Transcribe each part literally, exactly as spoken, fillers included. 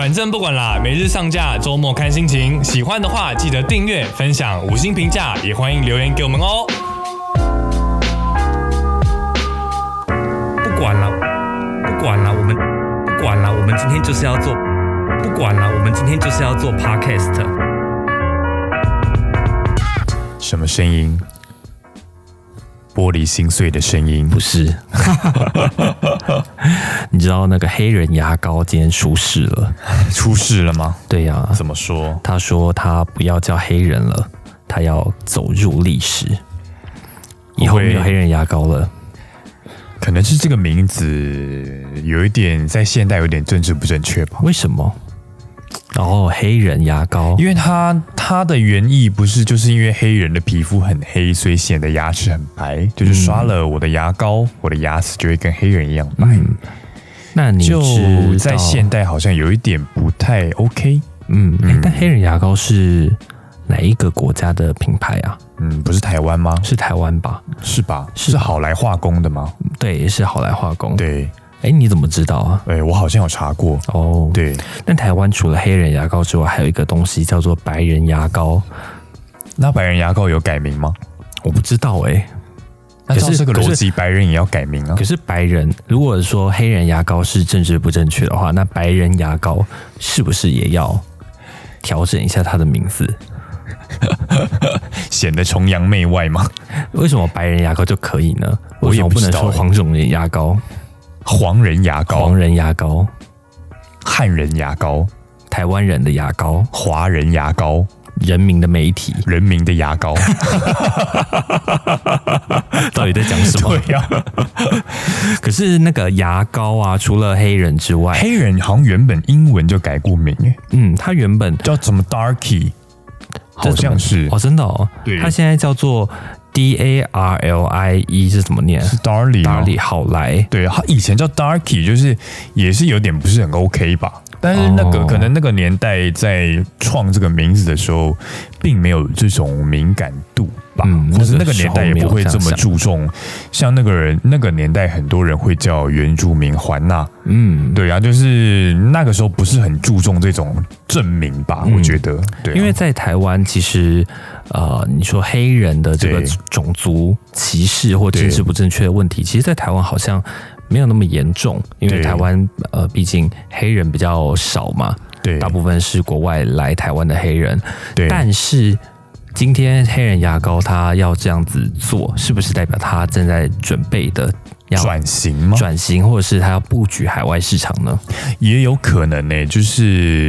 反正不管啦，每日上架，周末看心情。喜欢的话记得订阅、分享、五星评价，也欢迎留言给我们哦。 不管了，不管了，我们不管了，我们今天就是要做，不管了，我们今天就是要做 podcast。 什么声音？玻璃心碎的声音？ 不是。你知道那个黑人牙膏今天出事了？ 出事了吗？ 对呀、啊。 怎么说？ 他说他不要叫黑人了，他要走入历史，以后没有黑人牙膏了。 可能是这个名字有一点在现代有点政治不正确吧？ 为什么？哦，黑人牙膏， 因为它它的原意不是就是因为黑人的皮肤很黑，所以显得牙齿很白，就是刷了我的牙膏，嗯、我的牙齿就会跟黑人一样白。嗯、 那你就在现代好像有一点不太 OK。 嗯，嗯但黑人牙膏是哪一个国家的品牌啊？ 嗯，不是台湾吗？ 是台湾吧？ 是吧？ 是, 是好来化工的吗？ 对，是好来化工。 对。 哎，你怎么知道啊？ 哎，我好像有查过哦。 对， 但台湾除了黑人牙膏之外，还有一个东西叫做白人牙膏。 那白人牙膏有改名吗？ 我不知道哎、欸。 那照这个逻辑，白人也要改名啊。 可是白人，如果说黑人牙膏是政治不正确的话，那白人牙膏是不是也要调整一下它的名字？ 显得崇洋媚外吗？ 为什么白人牙膏就可以呢？为什么不能说黄种人牙膏？ 黄人牙膏、 黄人牙膏、 汉人牙膏、 台湾人的牙膏、 华人牙膏、 人民的媒体、 人民的牙膏， 到底在讲什么？ 对呀、啊。 可是那个牙膏啊，除了黑人之外， 黑人好像原本英文就改过名诶。 嗯，他原本叫什么 Darky， 好像是哦，真的哦。 对， 他现在叫做。D A R L I E 是怎么念？ 是 Darly，Darly 好来。 对，他以前叫 Darky， 就是也是有点不是很 OK 吧。但是那个、哦、可能那个年代在创这个名字的时候，并没有这种敏感度吧，嗯、或是那个年代也不会这么注重。像那个人那个年代，很多人会叫原住民还纳。嗯，对啊，就是那个时候不是很注重这种证明吧？嗯、我觉得，对、啊， 因为在台湾其实。呃，你说黑人的这个种族歧视或政治不正确的问题，其实，在台湾好像没有那么严重，因为台湾呃，毕竟黑人比较少嘛， 对， 大部分是国外来台湾的黑人， 对。 但是今天黑人牙膏他要这样子做，是不是代表他正在准备的要转型吗？ 转型，或者是他要布局海外市场呢？ 也有可能呢、欸，就是。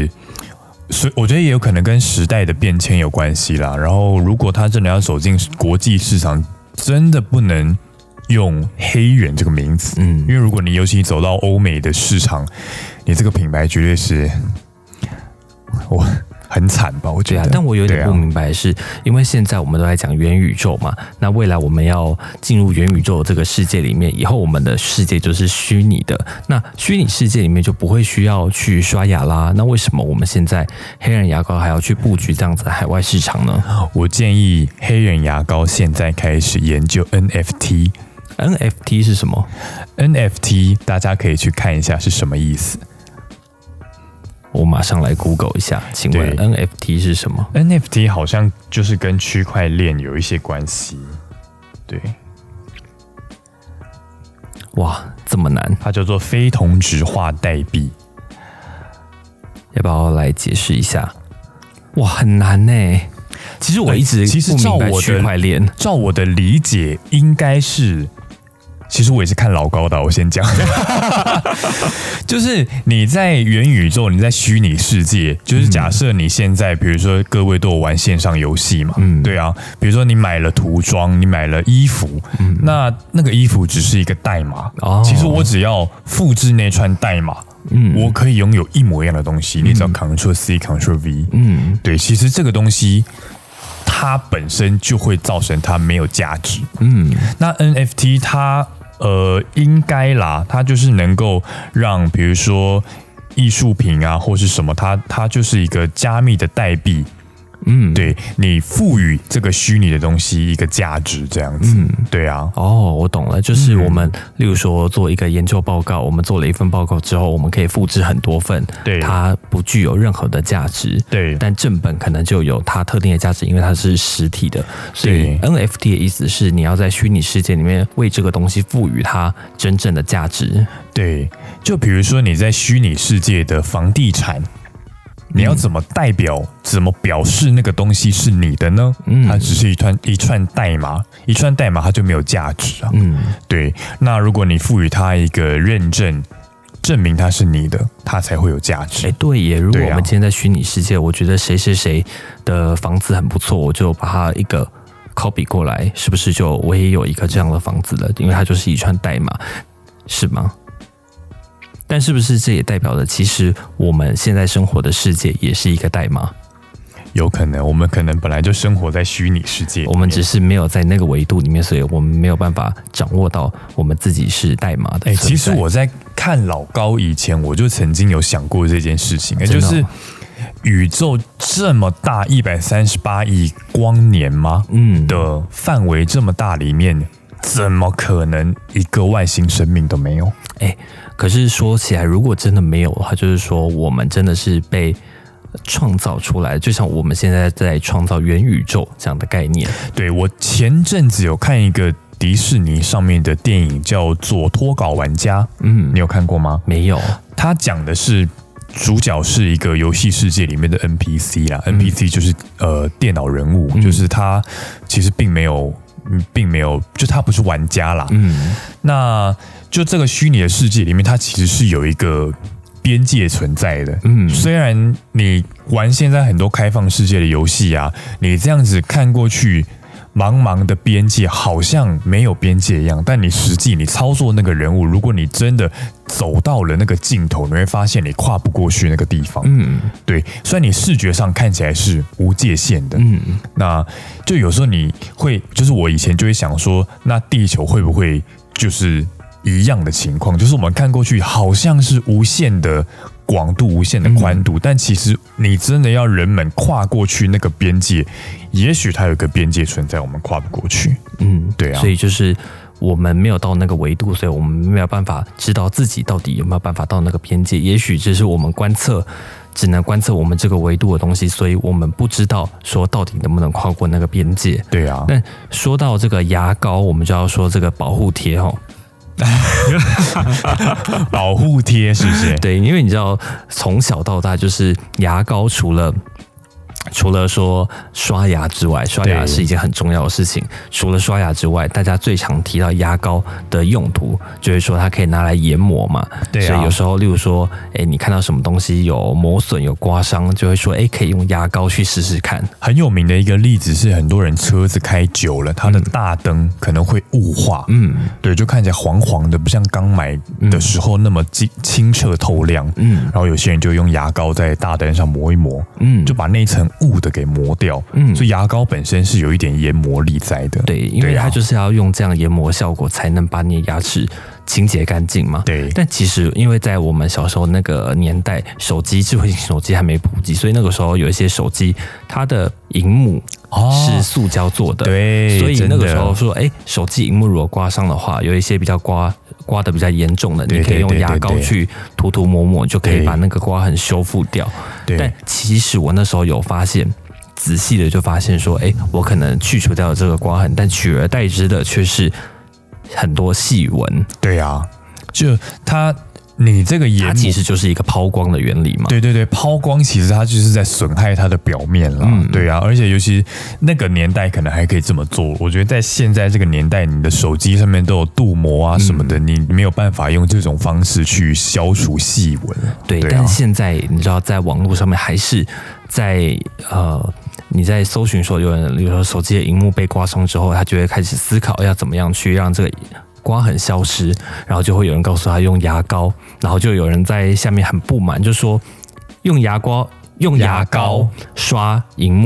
所以我觉得也有可能跟时代的变迁有关系啦。然后，如果他真的要走进国际市场，真的不能用黑人这个名字，嗯，因为如果你尤其走到欧美的市场，你这个品牌绝对是我很惨吧？我觉得。 对啊，但我有点不明白的是，啊、因为现在我们都在讲元宇宙嘛，那未来我们要进入元宇宙这个世界里面，以后我们的世界就是虚拟的。那虚拟世界里面就不会需要去刷牙啦。那为什么我们现在黑人牙膏还要去布局这样子的海外市场呢？ 我建议黑人牙膏现在开始研究 N F T。N F T 是什么 ？N F T 大家可以去看一下是什么意思。 我马上来 Google 一下，请问 N F T 是什么 ？N F T 好像就是跟区块链有一些关系。对， 哇，这么难！ 它叫做非同质化代币。 要不要来解释一下？哇，很难呢。其实我一直其实照我的区块链， 照我的理解，应该是。其实我也是看老高的，我先讲，就是你在元宇宙，你在虚拟世界，就是假设你现在，比如说各位都有玩线上游戏嘛，嗯，对啊，比如说你买了涂装，你买了衣服，嗯、那那个衣服只是一个代码，哦、其实我只要复制那串代码。嗯，我可以拥有一模一样的东西，嗯、你只要 Ctrl C、Ctrl V， 嗯，对，其实这个东西。它本身就会造成它没有价值。嗯，那 N F T 它呃应该啦，它就是能够让比如说艺术品啊或是什么，它它就是一个加密的代币。 嗯，对，你赋予这个虚拟的东西一个价值，这样子。嗯，对啊。 哦，我懂了，就是我们、嗯、例如说做一个研究报告，我们做了一份报告之后，我们可以复制很多份， 对， 它不具有任何的价值， 对， 但正本可能就有它特定的价值，因为它是实体的。所以 N F T 的意思是你要在虚拟世界里面为这个东西赋予它真正的价值。 对，就比如说你在虚拟世界的房地产。你要怎么代表、嗯、怎么表示那个东西是你的呢？嗯，它只是一串一串代码，一串代码它就没有价值啊。嗯，对。那如果你赋予它一个认证，证明它是你的，它才会有价值。 哎，对耶。如果我们今天在虚拟世界，我觉得谁谁谁的房子很不错，我就把它一个 copy 过来，是不是就我也有一个这样的房子了？因为它就是一串代码，是吗？但是不是这也代表了，其实我们现在生活的世界也是一个代码？ 有可能，我们可能本来就生活在虚拟世界， 我们只是没有在那个维度里面，所以我们没有办法掌握到我们自己是代码的。 哎，其实我在看老高以前，我就曾经有想过这件事情，哎，就是宇宙这么大，一百三十八亿光年吗？嗯，的范围这么大里面，怎么可能一个外星生命都没有？ 哎。可是说起来，如果真的没有的话，就是说我们真的是被创造出来，就像我们现在在创造元宇宙这样的概念。 对，我前阵子有看一个迪士尼上面的电影，叫做《脱稿玩家》，嗯，你有看过吗？ 没有。 他讲的是主角是一个游戏世界里面的 N P C 啦、嗯、，N P C 就是呃电脑人物，嗯、就是他其实并没有。并没有，就他不是玩家啦。嗯，那就这个虚拟的世界里面，它其实是有一个边界存在的。嗯，虽然你玩现在很多开放世界的游戏啊，你这样子看过去，茫茫的边界好像没有边界一样，但你实际你操作那个人物，如果你真的走到了那个尽头，你会发现你跨不过去那个地方。嗯，对，虽然你视觉上看起来是无界限的，嗯，那就有时候你会，就是我以前就会想说，那地球会不会就是一样的情况？就是我们看过去好像是无限的广度、无限的宽度，嗯、但其实你真的要人们跨过去那个边界，也许它有个边界存在，我们跨不过去。嗯，对啊， 所以就是我们没有到那个维度，所以我们没有办法知道自己到底有没有办法到那个边界。也许这是我们观测，只能观测我们这个维度的东西，所以我们不知道说到底能不能跨过那个边界。 对啊。 那说到这个牙膏，我们就要说这个保护贴齁。 保护贴是不是？ 对，因为你知道，从小到大就是牙膏，除了除了说刷牙之外，刷牙是一件很重要的事情。除了刷牙之外，大家最常提到牙膏的用途，就是说它可以拿来研磨嘛。对啊。所以有时候，例如说，哎，你看到什么东西有磨损、有刮伤，就会说，哎，可以用牙膏去试试看。 很有名的一个例子是，很多人车子开久了，它的大灯可能会雾化。嗯，对，就看起来黄黄的，不像刚买的时候那么清澈透亮。嗯，然后有些人就用牙膏在大灯上磨一磨，嗯，就把那层雾的给磨掉，嗯，所以牙膏本身是有一点研磨力在的， 对，因为它就是要用这样研磨效果，才能把你的牙齿清洁干净嘛。 对， 但其实因为在我们小时候那个年代，手机智慧型手机还没普及，所以那个时候有一些手机它的萤幕是塑胶做的， 哦、对， 所以那个时候说，哎，手机萤幕如果刮伤的话，有一些比较刮。刮得比较严重的，你可以用牙膏去涂涂抹抹，就可以把那个刮痕修复掉。但其实我那时候有发现，仔细的就发现说，哎，我可能去除掉了这个刮痕，但取而代之的却是很多细纹。 对啊，就它。你这个研磨它其实就是一个抛光的原理嘛。 对对对，抛光其实它就是在损害它的表面啦。嗯，对啊，而且尤其那个年代可能还可以这么做。我觉得在现在这个年代，你的手机上面都有镀膜啊什么的，嗯、你没有办法用这种方式去消除细纹。 对，对啊、但现在你知道，在网络上面还是在呃。你在搜寻说有人，比如说手机的萤幕被刮伤之后，他就会开始思考要怎么样去让这个刮痕消失，然后就会有人告诉他用牙膏，然后就有人在下面很不满，就说用牙膏用牙膏刷萤幕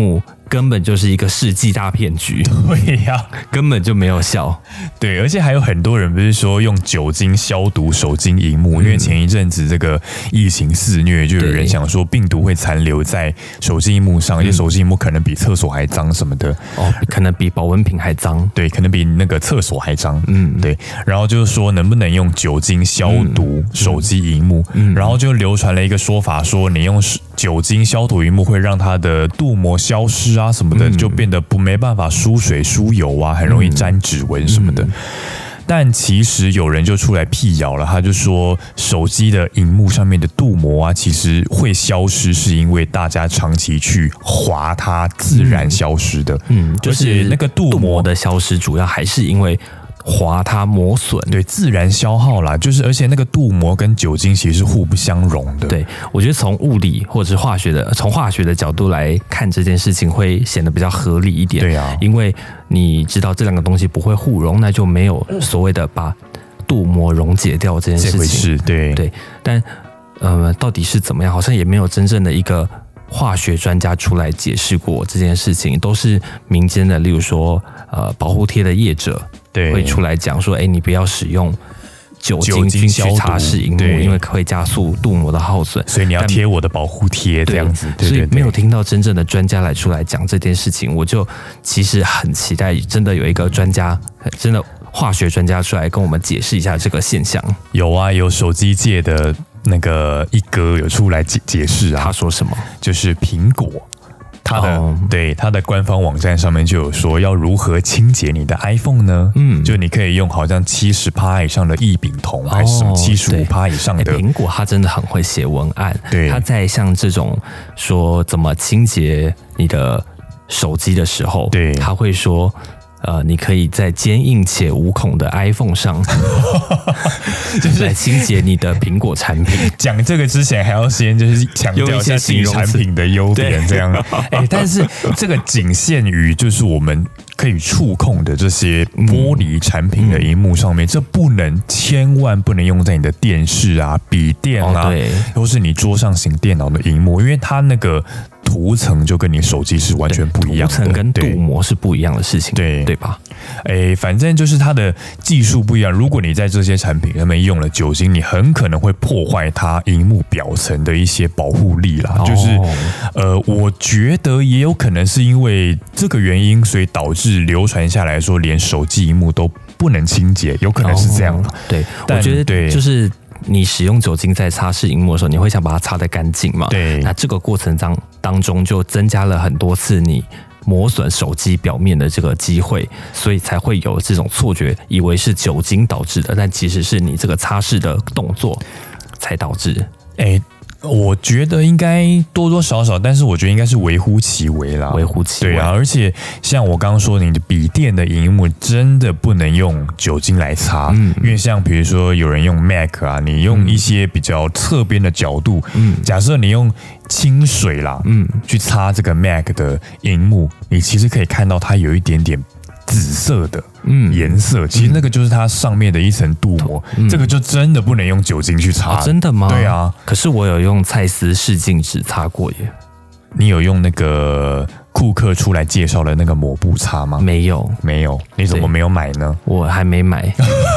根本就是一个世纪大骗局。 对呀、啊， 根本就没有效。 对，而且还有很多人不是说用酒精消毒手机萤幕，嗯、因为前一阵子这个疫情肆虐，就有人想说病毒会残留在手机萤幕上，而且手机萤幕可能比厕所还脏什么的。 哦，可能比保温瓶还脏。 对，可能比那个厕所还脏。 嗯， 对。然后就是说能不能用酒精消毒手机萤幕？嗯，然后就流传了一个说法，说你用酒精消毒萤幕会让它的镀膜消失啊什么的，嗯、就变得不没办法疏水疏油啊，很容易沾指纹什么的。嗯嗯但其实有人就出来辟谣了，他就说手机的萤幕上面的镀膜啊，其实会消失，是因为大家长期去滑它，自然消失的。 嗯，就是那个镀膜的消失，主要还是因为滑它磨损， 对，自然消耗啦。就是而且那个镀膜跟酒精其实是互不相容的。 对，我觉得从物理或者是化学的，从化学的角度来看这件事情，会显得比较合理一点。 对啊， 因为你知道这两个东西不会互溶，那就没有所谓的把镀膜溶解掉这件事情。 这回事，对对。但呃，到底是怎么样？好像也没有真正的一个化学专家出来解释过这件事情，都是民间的，例如说呃保护贴的业者。对，会出来讲说，哎，你不要使用酒精去擦拭萤幕，因为会加速镀膜的耗损， 所以你要贴我的保护贴这样子。对对对， 所以没有听到真正的专家来出来讲这件事情，我就其实很期待，真的有一个专家，真的化学专家出来跟我们解释一下这个现象。 有啊，有手机界的那个一哥有出来解解释啊， 他说什么？ 就是苹果。它的、oh. 对它的官方网站上面就有说要如何清洁你的 iPhone 呢？嗯，就你可以用好像七十趴以上的异丙酮， oh, 还是什么七十五趴以上的。 苹果它真的很会写文案， 对， 它在像这种说怎么清洁你的手机的时候， 对， 它会说。呃，你可以在坚硬且无孔的 iPhone 上，就是来清洁你的苹果产品。 讲这个之前还要先就是强调一下自己产品的优点，这样。哎，但是这个仅限于就是我们可以触控的这些玻璃产品的萤幕上面，嗯、这不能千万不能用在你的电视啊、笔电啊， 哦、 或是你桌上型电脑的萤幕，因为它那个。涂层就跟你手机是完全不一样的， 涂层跟镀膜是不一样的事情， 对对吧？ 哎，反正就是它的技术不一样。如果你在这些产品上面用了酒精，你很可能会破坏它萤幕表层的一些保护力啦。哦、就是呃，我觉得也有可能是因为这个原因，所以导致流传下来说，连手机萤幕都不能清洁，有可能是这样。 哦、对，我觉得对，就是。你使用酒精在擦拭萤幕的时候，你会想把它擦得干净嘛？ 对。 那这个过程当当中就增加了很多次你磨损手机表面的这个机会，所以才会有这种错觉，以为是酒精导致的，但其实是你这个擦拭的动作才导致。 哎、欸。我觉得应该多多少少，但是我觉得应该是微乎其微啦， 微乎其微。 对啊，而且像我刚刚说，你的笔电的萤幕真的不能用酒精来擦，嗯，因为像比如说有人用 Mac 啊，你用一些比较侧边的角度，嗯，假设你用清水啦，嗯，去擦这个 Mac 的萤幕，你其实可以看到它有一点点紫色的嗯颜色，其实那个就是它上面的一层镀膜，嗯、这个就真的不能用酒精去擦、 哦。真的吗？ 对啊， 可是我有用蔡司试镜纸擦过耶。 你有用那个库克出来介绍的那个抹布擦吗？ 没有， 没有。你怎么没有买呢？ 我还没买。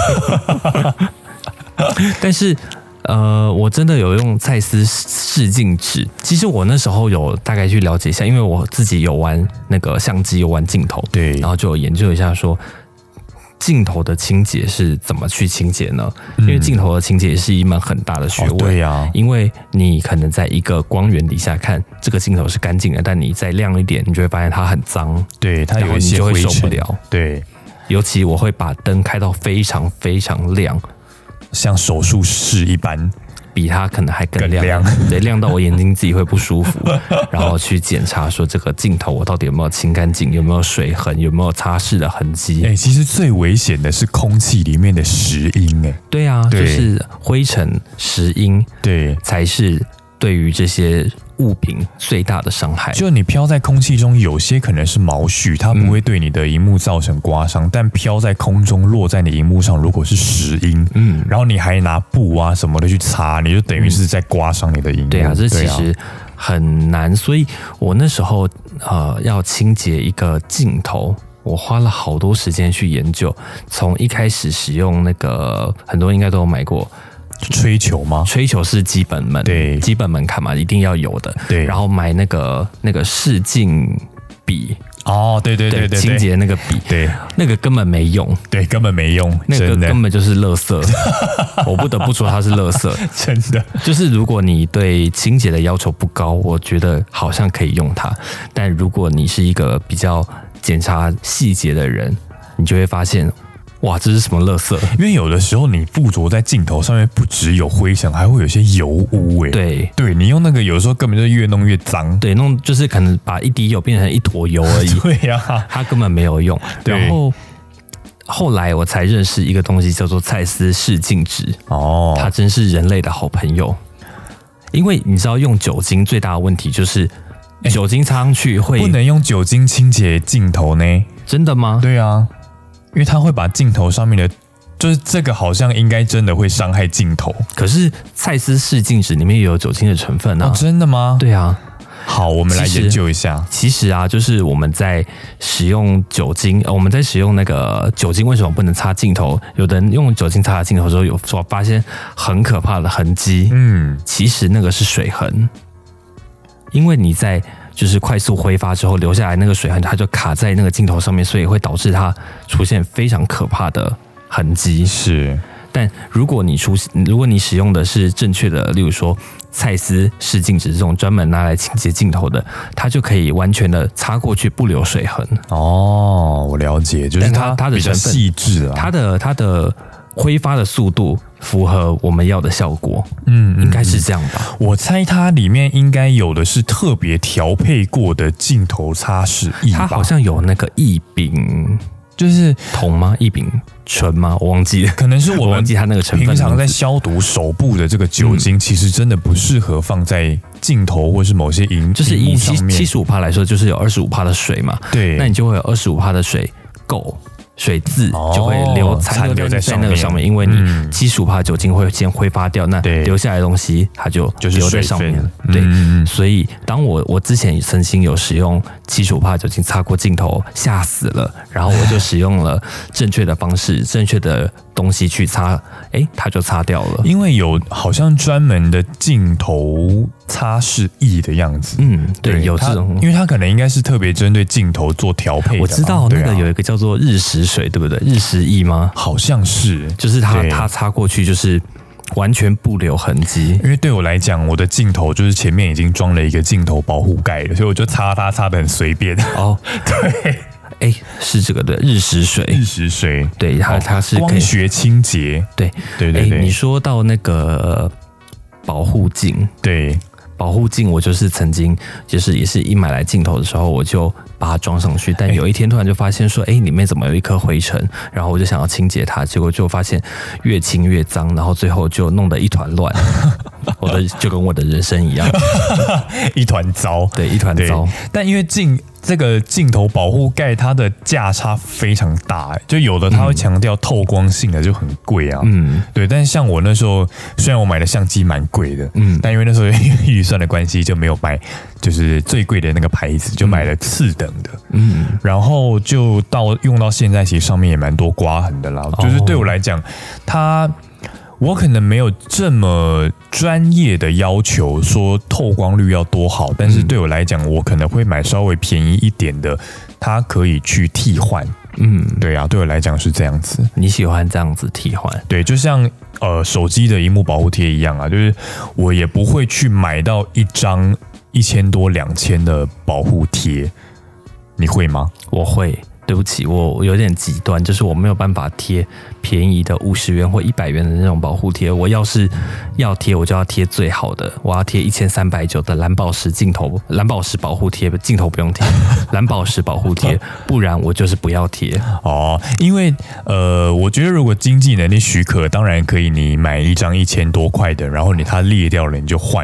但是。呃，我真的有用蔡司试镜纸。其实我那时候有大概去了解一下，因为我自己有玩那个相机，有玩镜头， 对， 然后就有研究一下说镜头的清洁是怎么去清洁呢？嗯、因为镜头的清洁也是一门很大的学问，哦、 对呀、啊。 因为你可能在一个光源底下看这个镜头是干净的，但你再亮一点，你就会发现它很脏， 对，它有一些灰尘，你就会受不了。 对， 尤其我会把灯开到非常非常亮。 像手术室一般， 比它可能还更亮， 更亮对，亮到我眼睛自己会不舒服，然后去检查说这个镜头我到底有没有清干净，有没有水痕，有没有擦拭的痕迹。 哎、欸，其实最危险的是空气里面的石英，哎， 对啊，对就是灰尘、石英， 对， 才是对于这些物品最大的伤害。 就你飘在空气中，有些可能是毛絮，它不会对你的萤幕造成刮伤，嗯、但飘在空中落在你萤幕上，如果是石英，嗯，然后你还拿布啊什么的去擦，你就等于是在刮伤你的萤幕。 对啊，这其实很难，所以我那时候呃要清洁一个镜头。我花了好多时间去研究，从一开始使用那个，很多人应该都有买过吹球吗？ 吹球是基本门， 对， 基本门槛嘛，一定要有的。 对， 然后买那个那个试镜笔， 哦，对对对 对, 对， 清洁那个笔， 对， 那个根本没用， 对，根本没用， 那个根本就是垃圾。我不得不说它是垃圾， 真的。 就是如果你对清洁的要求不高，我觉得好像可以用它，但如果你是一个比较检查细节的人，你就会发现，哇，这是什么垃圾？ 因为有的时候你附着在镜头上面，不只有灰尘，还会有些油污哎。 对， 对你用那个，有的时候根本就越弄越脏。 对，弄就是可能把一滴油变成一坨油而已。 对呀、啊， 它根本没有用。然后后来我才认识一个东西，叫做蔡司试镜纸。哦，它真是人类的好朋友。因为你知道，用酒精最大的问题就是。酒精擦上去会不能用酒精清洁镜头呢？ 真的吗？ 对啊，因为它会把镜头上面的，就是这个好像应该真的会伤害镜头。 可是蔡司试镜纸里面也有酒精的成分啊！ 哦、真的吗？ 对啊。 好，我们来研究一下。 其实啊，就是我们在使用酒精，呃、我们在使用那个酒精为什么不能擦镜头？有的人用酒精擦镜头的时候，有所发现很可怕的痕迹。嗯，其实那个是水痕。因为你在就是快速挥发之后留下来那个水痕，它就卡在那个镜头上面，所以会导致它出现非常可怕的痕迹。 是， 但如果你出如果你使用的是正确的，例如说蔡司试镜纸这种专门拿来清洁镜头的，它就可以完全的擦过去不留水痕。 哦，我了解，就是它它的比较细致啊， 它的它的挥发的速度符合我们要的效果，嗯，应该是这样吧。 我猜它里面应该有的是特别调配过的镜头擦拭液吧， 它好像有那个异丙， 就是酮吗？异丙醇吗？我忘记了， 可能是我们忘记它那个成分。 平常在消毒手部的这个酒精，嗯、其实真的不适合放在镜头或是某些荧就是以七十五帕来说，就是有二十五帕的水嘛， 对， 那你就会有二十五帕的水够。水渍就会留残留在在那个上面，因为你七十五帕酒精会先挥发掉，那留下来的东西它就留在上面。对，所以当我我之前曾经有使用七十五帕酒精擦过镜头，吓死了，然后我就使用了正确的方式、正确的东西去擦，哎，它就擦掉了。 因为有好像专门的镜头擦拭液的样子， 嗯，对，有这种， 因为它可能应该是特别针对镜头做调配的。 我知道那个有一个叫做日食水，对不对？日食液吗？ 好像是， 就是它它擦过去就是完全不留痕迹。 因为对我来讲，我的镜头就是前面已经装了一个镜头保护盖了，所以我就擦它擦得很随便。哦，对。 哎，是这个对，日食水， 日食水， 对它它是光学清洁， 对对对对。 你说到那个保护镜， 对。 保护镜，我就是曾经就是也是一买来镜头的时候，我就把它装上去，但有一天突然就发现说，哎，里面怎么有一颗灰尘？然后我就想要清洁它，结果就发现越清越脏，然后最后就弄得一团乱。我的就跟我的人生一样， 一团糟， 对，一团糟。 但因为镜这个镜头保护盖，它的价差非常大，就有的它会强调透光性的就很贵啊，嗯，对。但是像我那时候，虽然我买的相机蛮贵的，嗯，但因为那时候预算的关系，就没有买就是最贵的那个牌子，就买了次等的，嗯，然后就到用到现在，其实上面也蛮多刮痕的啦。哦、就是对我来讲，它。我可能没有这么专业的要求，说透光率要多好，但是对我来讲，我可能会买稍微便宜一点的，它可以去替换。嗯，对啊，对我来讲是这样子。 你喜欢这样子替换？ 对，就像呃手机的萤幕保护贴一样啊，就是我也不会去买到一张一千多、两千的保护贴。你会吗？ 我会。对不起，我有点极端，就是我没有办法贴便宜的五十元或一百元的那种保护贴。我要是要贴，我就要贴最好的，我要贴一千三百九的蓝宝石镜头、蓝宝石保护贴，镜头不用贴，蓝宝石保护贴，不然我就是不要贴。 哦，因为呃，我觉得如果经济能力许可，当然可以，你买一张一千多块的，然后你它裂掉了，你就换。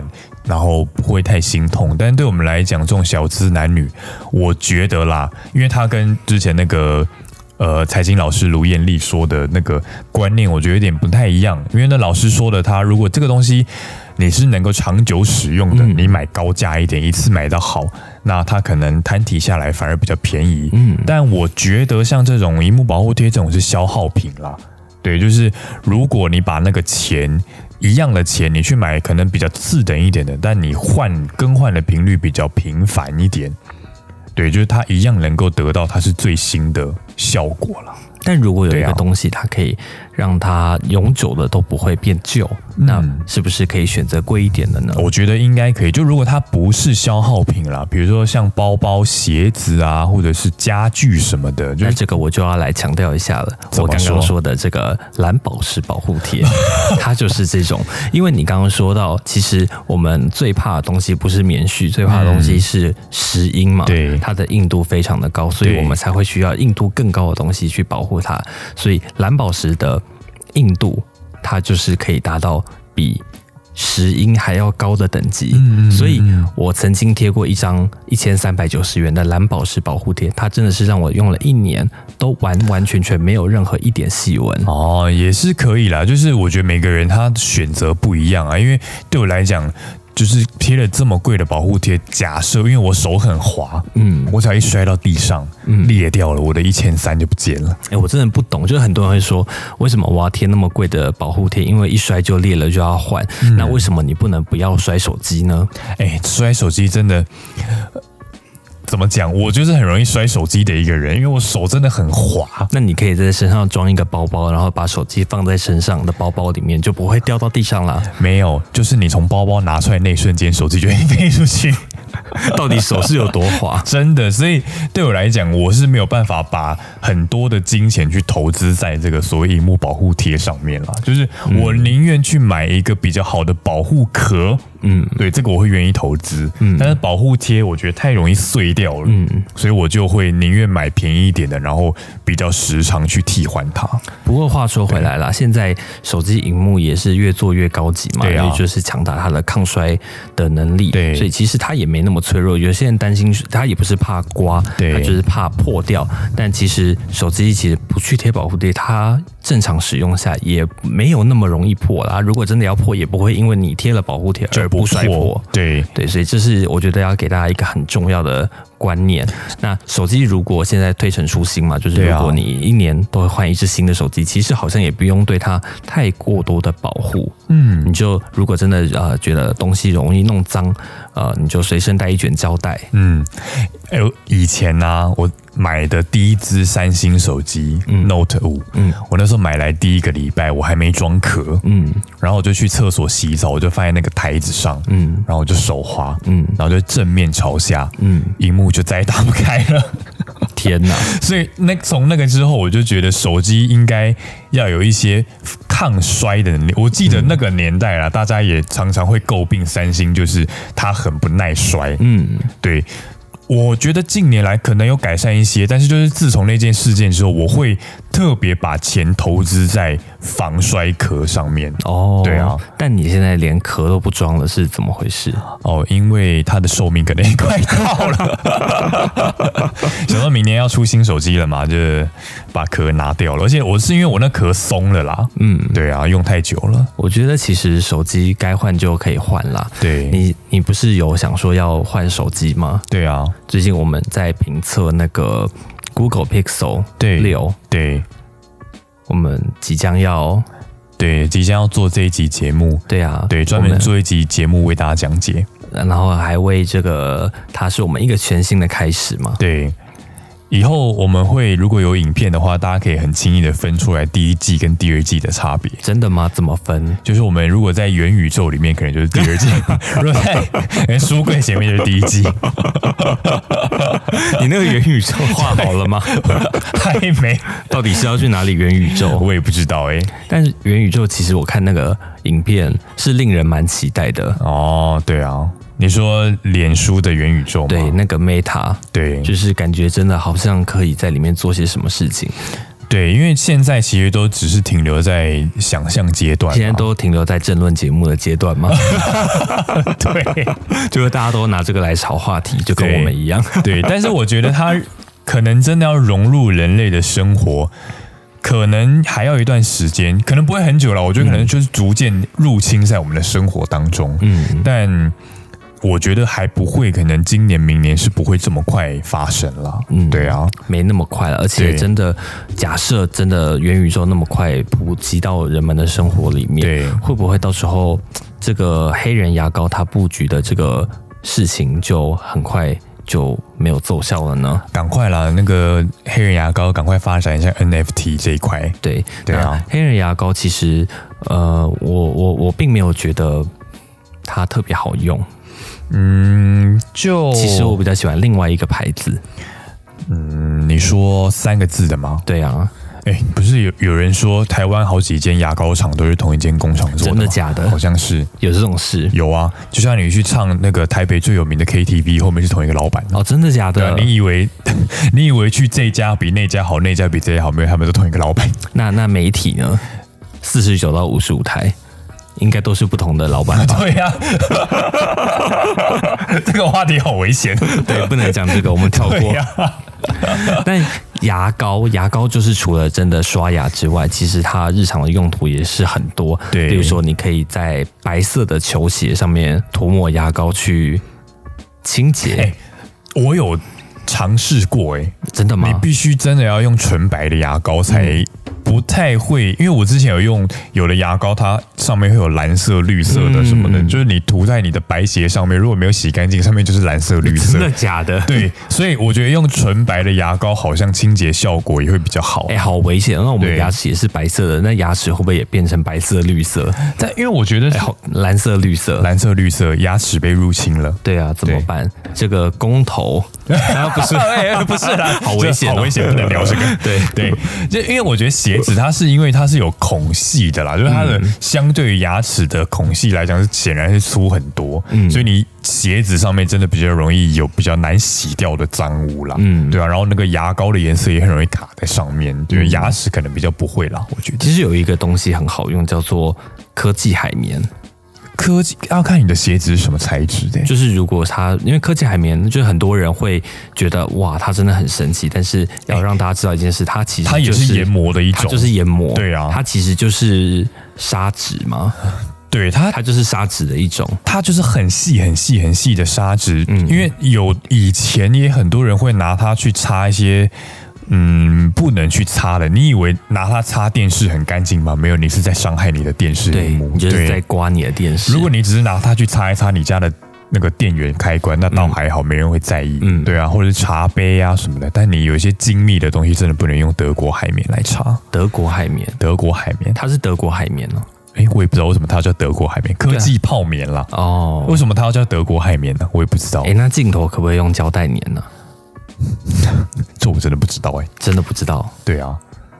然后不会太心痛。但对我们来讲，这种小资男女，我觉得啦，因为他跟之前那个呃财经老师卢艳丽说的那个观念，我觉得有点不太一样。因为那老师说的，他如果这个东西你是能够长久使用的，嗯、你买高价一点，一次买到好，那它可能摊提下来反而比较便宜。嗯，但我觉得像这种萤幕保护贴这种是消耗品啦。对，就是如果你把那个钱一样的钱，你去买可能比较次等一点的，但你换更换的频率比较频繁一点，对，就是它一样能够得到它是最新的效果了。 但如果有一个东西，它可以让它永久的都不会变旧，嗯、那是不是可以选择贵一点的呢？ 我觉得应该可以。就如果它不是消耗品啦，比如说像包包、鞋子啊，或者是家具什么的，就是、 那这个我就要来强调一下了。我刚刚说的这个蓝宝石保护贴，它就是这种。因为你刚刚说到，其实我们最怕的东西不是棉絮，最怕的东西是石英嘛。 对， 它的硬度非常的高，所以我们才会需要硬度更高的东西去保护它。所以蓝宝石的硬度，它就是可以达到比石英还要高的等级。嗯、所以我曾经贴过一张一千三百九十元的蓝宝石保护贴，它真的是让我用了一年都完完全全没有任何一点细纹。 哦，也是可以啦，就是我觉得每个人他选择不一样啊，因为对我来讲。就是贴了这么贵的保护贴，假设因为我手很滑，嗯，我只要一摔到地上，嗯，裂掉了，我的一千三就不见了。 哎、欸，我真的不懂，就是很多人会说，为什么我要贴那么贵的保护贴？因为一摔就裂了就要换、嗯，那为什么你不能不要摔手机呢？ 哎、欸，摔手机真的。怎么讲？我就是很容易摔手机的一个人，因为我手真的很滑。 那你可以在身上装一个包包，然后把手机放在身上的包包里面，就不会掉到地上啦。 没有，就是你从包包拿出来那一瞬间，手机就会飞出去。 到底手是有多滑？ 真的，所以对我来讲，我是没有办法把很多的金钱去投资在这个所谓萤幕保护贴上面啦。就是我宁愿去买一个比较好的保护壳。嗯，对，这个我会愿意投资。嗯，但是保护贴我觉得太容易碎掉了。嗯，所以我就会宁愿买便宜一点的，然后比较时常去替换它。 不过话说回来啦，现在手机萤幕也是越做越高级嘛，对啊，也就是强大它的抗摔的能力。对，所以其实它也没那么脆弱。有些人担心它也不是怕刮，对，它就是怕破掉。但其实手机其实不去贴保护贴，它正常使用下也没有那么容易破啦。如果真的要破，也不会因为你贴了保护贴而不摔破。 对对，所以这是我觉得要给大家一个很重要的观念。那手机如果现在推陈出新嘛，就是如果你一年都会换一只新的手机，其实好像也不用对它太过多的保护。嗯，你就如果真的呃觉得东西容易弄脏，呃，你就随身带一卷胶带。 嗯，哎、欸，以前呢、啊，我买的第一支三星手机、嗯、Note 五，嗯，我那时候买来第一个礼拜我还没装壳，嗯，然后我就去厕所洗澡，我就放在那个台子上，嗯，然后我就手滑，嗯，然后就正面朝下，嗯，萤幕就再也打不开了。 天哪！ 所以那从那个之后，我就觉得手机应该要有一些抗摔的能力。我记得那个年代啦，嗯、大家也常常会诟病三星，就是它很不耐摔。嗯，对。我觉得近年来可能有改善一些，但是就是自从那件事件之后，我会特别把钱投资在防摔壳上面。哦，对啊， 但你现在连壳都不装了，是怎么回事？ 哦，因为它的寿命可能也快到了，想到明年要出新手机了嘛，就把壳拿掉了。而且我是因为我那壳松了啦，嗯，对啊，用太久了。 我觉得其实手机该换就可以换啦。 对， 你你不是有想说要换手机吗？ 对啊。 最近我们在评测那个 Google Pixel 六， 对， 我们即将要对即将要做这一集节目， 对啊， 对，专门做一集节目为大家讲解， 然后还为这个它是我们一个全新的开始嘛， 对。以后我们会如果有影片的话，大家可以很轻易的分出来第一季跟第二季的差别。 真的吗？怎么分？ 就是我们如果在元宇宙里面，可能就是第二季；如果在书柜前面就是第一季。 你那个元宇宙画好了吗？ 还没。 到底是要去哪里元宇宙？ 我也不知道哎、欸。 但是元宇宙其实我看那个影片是令人蛮期待的。 哦，对啊。你说脸书的元宇宙吗？ 对，那个 Meta， 对， 就是感觉真的好像可以在里面做些什么事情。 对，因为现在其实都只是停留在想象阶段， 现在都停留在政论节目的阶段吗？ 对， 就是大家都拿这个来炒话题，就跟我们一样。 对，但是我觉得它可能真的要融入人类的生活，可能还要一段时间，可能不会很久了。我觉得可能就是逐渐入侵在我们的生活当中。嗯，但我觉得还不会，可能今年、明年是不会这么快发生了。嗯，对啊， 没那么快了。而且真的，假设真的元宇宙那么快普及到人们的生活里面， 对， 会不会到时候这个黑人牙膏它布局的这个事情就很快就没有奏效了呢？ 赶快啦，那个黑人牙膏赶快发展一下 N F T 这一块。 对， 对啊， 黑人牙膏其实，呃，我我我并没有觉得它特别好用。 嗯，就其实我比较喜欢另外一个牌子。 嗯，你说三个字的吗？ 对啊。 哎、欸，不是有有人说台湾好几间牙膏厂都是同一间工厂做的， 真的假的？ 好像是有这种事。 有啊，就像你去唱那个台北最有名的 K T V， 后面是同一个老板。 哦，真的假的？ 啊、你以为你以为去这家比那家好，那家比这家好，没有，他们都同一个老板。 那那媒体呢？四十九到五十五台。应该都是不同的老板吧？ 对呀、啊，这个话题好危险。 对，不能讲这个，我们跳过。 啊、 但牙膏，牙膏就是除了真的刷牙之外，其实它日常的用途也是很多。 对， 比如说你可以在白色的球鞋上面涂抹牙膏去清洁。 欸、我有尝试过、欸，哎， 真的吗？ 你必须真的要用纯白的牙膏才。嗯不太会，因为我之前有用有的牙膏，它上面会有蓝色、绿色的什么的，嗯、就是你涂在你的白鞋上面，如果没有洗干净，上面就是蓝色、绿色。 真的假的？ 对，所以我觉得用纯白的牙膏好像清洁效果也会比较好。 哎、欸，好危险！那我们的牙齿也是白色的，那牙齿会不会也变成白色、绿色？ 但因为我觉得、 欸、蓝色、绿色、 蓝色、绿色，牙齿被入侵了。 对啊，怎么办？这个公投啊，不是， 欸、不是啦， 好危险、喔， 好危险，不能聊这个。对对，就因为我觉得鞋子它是因为它是有孔隙的啦，就是它的相对于牙齿的孔隙来讲是显然是粗很多，嗯、所以你鞋子上面真的比较容易有比较难洗掉的脏污啦，嗯，对啊，然后那个牙膏的颜色也很容易卡在上面，对，嗯、牙齿可能比较不会啦，我觉得。 其实有一个东西很好用，叫做科技海绵。 科技要看你的鞋子是什么材质的， 就是如果它因为科技海绵，就是很多人会觉得哇，它真的很神奇，但是要让大家知道一件事，它其实、就是、 它也是研磨的一种， 它就是研磨， 对啊， 它其实就是砂纸嘛。 对它， 它就是砂纸的一种， 它就是很细、很细、很细的砂纸。嗯，因为有以前也很多人会拿它去擦一些。嗯，不能去擦的。你以为拿它擦电视很干净吗？没有，你是在伤害你的电视屏幕， 你就是在刮你的电视。 如果你只是拿它去擦一擦你家的那个电源开关，那倒还好，嗯、没人会在意。嗯，对啊，或者是茶杯啊什么的。但你有一些精密的东西，真的不能用德国海绵来擦。 德国海绵， 德国海绵， 它是德国海绵哦。 哎，我也不知道为什么它要叫德国海绵，科技泡棉啦。哦，为什么它要叫德国海绵呢？我也不知道。 哎，那镜头可不可以用胶带粘呢？ 这我真的不知道哎、欸， 真的不知道。 对啊，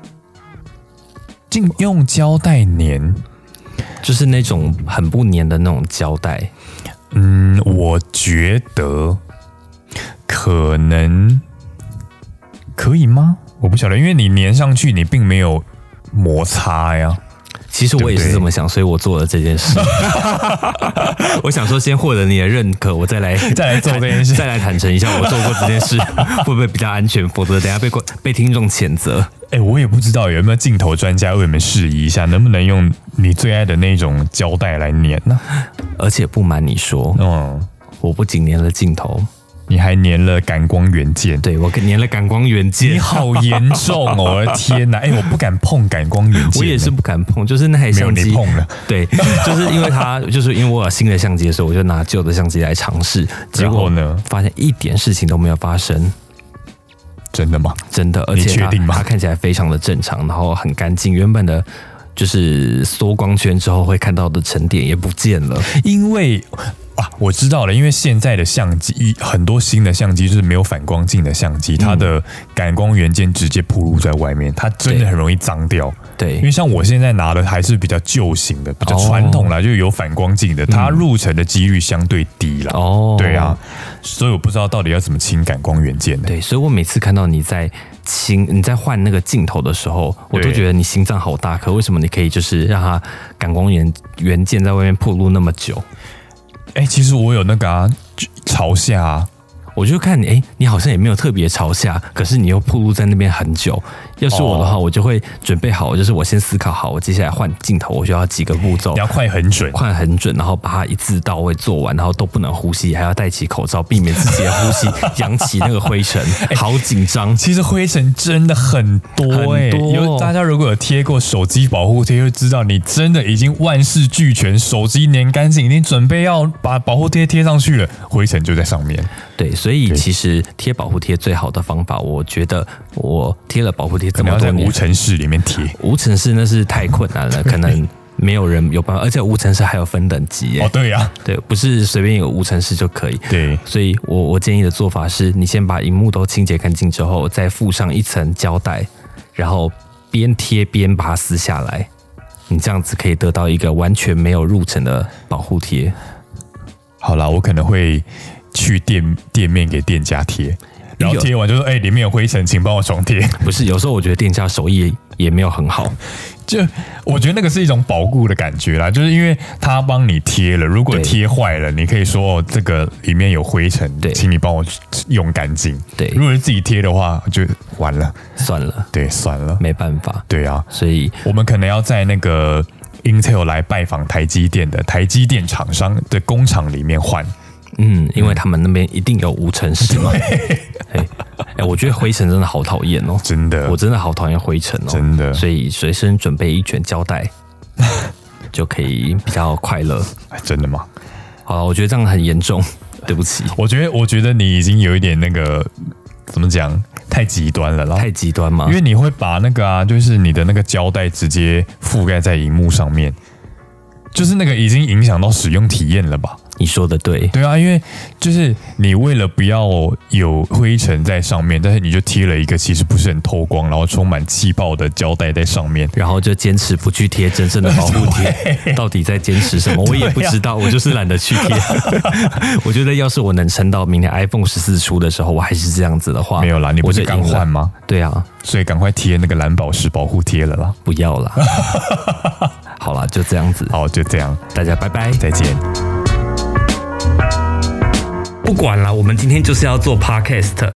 用用胶带粘， 就是那种很不粘的那种胶带。 嗯，我觉得可能可以吗？我不晓得，因为你粘上去，你并没有摩擦呀。 其实我也是这么想，所以我做了这件事。我想说，先获得你的认可，我再来再来做这件事， 再来坦诚一下我做过这件事，会不会比较安全？否则等一下被被听众谴责。 哎、欸，我也不知道有没有镜头专家为我们示意一下，能不能用你最爱的那种胶带来粘呢？ 而且不瞒你说，嗯，我不仅粘了镜头。 你还粘了感光元件， 对我粘了感光元件， 你好严重哦！我的天哪，哎、欸，我不敢碰感光元件， 我也是不敢碰，就是那台相机， 没有你碰了， 对，就是因为它，就是因为我有新的相机的时候，我就拿旧的相机来尝试，结果呢，发现一点事情都没有发生。 真的吗？ 真的，而且你确定吗？ 它看起来非常的正常，然后很干净，原本的。就是缩光圈之后会看到的沉淀也不见了， 因为啊，我知道了，因为现在的相机很多新的相机就是没有反光镜的相机，嗯、它的感光元件直接暴露在外面，它真的很容易脏掉。 对， 因为像我现在拿的还是比较旧型的，比较传统啦，哦、就有反光镜的，它入尘的几率相对低啦。哦，对啊， 所以我不知道到底要怎么清感光元件。 对，所以我每次看到你在清你在换那个镜头的时候，我都觉得你心脏好大，可为什么你可以就是让它感光元元件在外面暴露那么久？ 哎、欸，其实我有那个啊，朝下啊。 我就看你，哎、欸，你好像也没有特别朝下，可是你又暴露在那边很久。要是我的话，我就会准备好，就是我先思考好，我接下来换镜头，我需要几个步骤， 你要快很准， 快很准，然后把它一字到位做完，然后都不能呼吸，还要戴起口罩，避免自己的呼吸扬起那个灰尘，好紧张。 其实灰尘真的很多哎、欸，有大家如果有贴过手机保护贴，就知道你真的已经万事俱全，手机粘干净，已经准备要把保护贴贴上去了，灰尘就在上面。 对，所以其实贴保护贴最好的方法，我觉得我贴了保护贴这么多年， 在无尘室里面贴， 无尘室那是太困难了，可能没有人有办法，而且无尘室还有分等级耶。 哦，对呀、啊， 对，不是随便有无尘室就可以。 对， 所以我我建议的做法是，你先把萤幕都清洁干净之后，再附上一层胶带，然后边贴边把它撕下来，你这样子可以得到一个完全没有入尘的保护贴。 好啦，我可能会去店店面给店家贴，然后贴完就说：“哎、欸，里面有灰尘，请帮我重贴。” 不是，有时候我觉得店家手艺也没有很好， 就我觉得那个是一种保固的感觉啦，就是因为他帮你贴了，如果贴坏了，你可以说哦，这个里面有灰尘，对，请你帮我用干净。对，如果是自己贴的话，就完了， 算了， 对，算了， 没办法。 对啊， 所以我们可能要在那个 Intel 来拜访台积电的台积电厂商的工厂里面换。 嗯，因为他们那边一定有无尘室嘛。哎、欸，我觉得灰尘真的好讨厌哦， 真的， 我真的好讨厌灰尘哦， 真的。 所以随身准备一卷胶带，就可以比较快乐。 真的吗？ 好了，我觉得这样很严重，对不起。 我觉得，我觉得你已经有一点那个怎么讲，太极端了啦。 太极端吗？ 因为你会把那个啊，就是你的那个胶带直接覆盖在荧幕上面，就是那个已经影响到使用体验了吧？ 你说的对， 对啊，因为就是你为了不要有灰尘在上面，但是你就贴了一个其实不是很透光，然后充满气泡的胶带在上面， 然后就坚持不去贴真正的保护贴，到底在坚持什么？我也不知道，我就是懒得去贴。我觉得要是我能撑到明年 iPhone 十四出的时候，我还是这样子的话， 没有啦，你不是刚换吗？ 对啊， 所以赶快贴那个蓝宝石保护贴了啦。 不要啦，好啦，就这样子， 好，就这样， 大家拜拜， 再见。 不管了，我们今天就是要做 podcast。